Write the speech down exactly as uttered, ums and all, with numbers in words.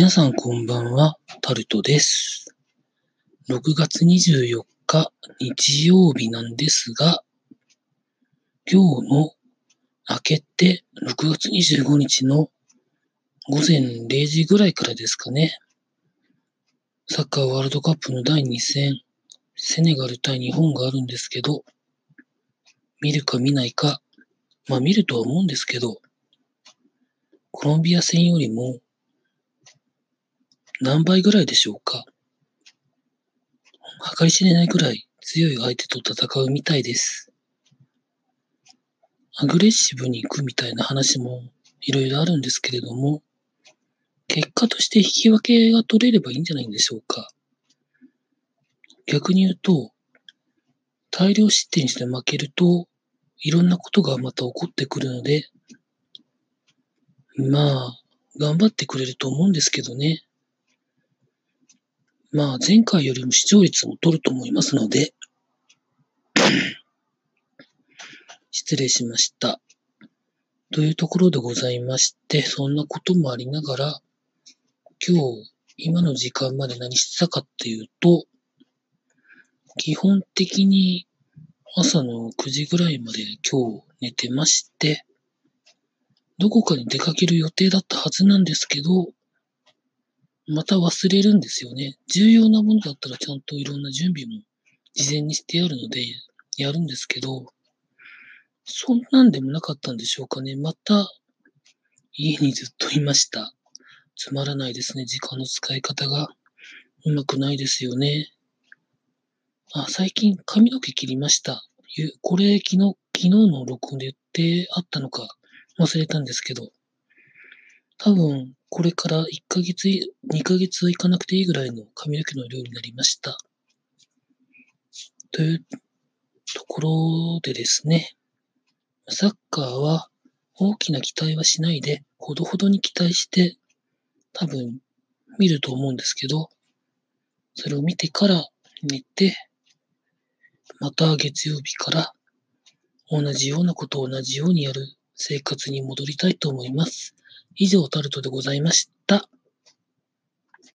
皆さんこんばんは、タルトです。ろくがつにじゅうよっか日曜日なんですが、今日の明けてろくがつにじゅうごにちのごぜんれいじぐらいからですかね、サッカーワールドカップのだいに戦、セネガル対日本があるんですけど、見るか見ないか、まあ見るとは思うんですけど、コロンビア戦よりも何倍ぐらいでしょうか。計り知れないくらい強い相手と戦うみたいです。アグレッシブに行くみたいな話もいろいろあるんですけれども、結果として引き分けが取れればいいんじゃないんでしょうか。逆に言うと、大量失点して負けると、いろんなことがまた起こってくるので、まあ、頑張ってくれると思うんですけどね。まあ、前回よりも視聴率も取ると思いますので、失礼しました。というところでございまして、そんなこともありながら、今日、今の時間まで何してたかっていうと、基本的に朝のくじぐらいまで今日寝てまして、どこかに出かける予定だったはずなんですけど、また忘れるんですよね。重要なものだったらちゃんといろんな準備も事前にしてあるのでやるんですけど、そんなんでもなかったんでしょうかね。また家にずっといました。つまらないですね。時間の使い方がうまくないですよね。あ、最近髪の毛切りました。ゆこれ昨日、昨日の録音で言ってあったのか忘れたんですけど、多分これからいっかげつ、にかげついかなくていいぐらいの髪の毛の量になりました。というところでですね、サッカーは大きな期待はしないで、ほどほどに期待して、多分見ると思うんですけど、それを見てから寝て、また月曜日から同じようなことを同じようにやる生活に戻りたいと思います。以上、タルトでございました。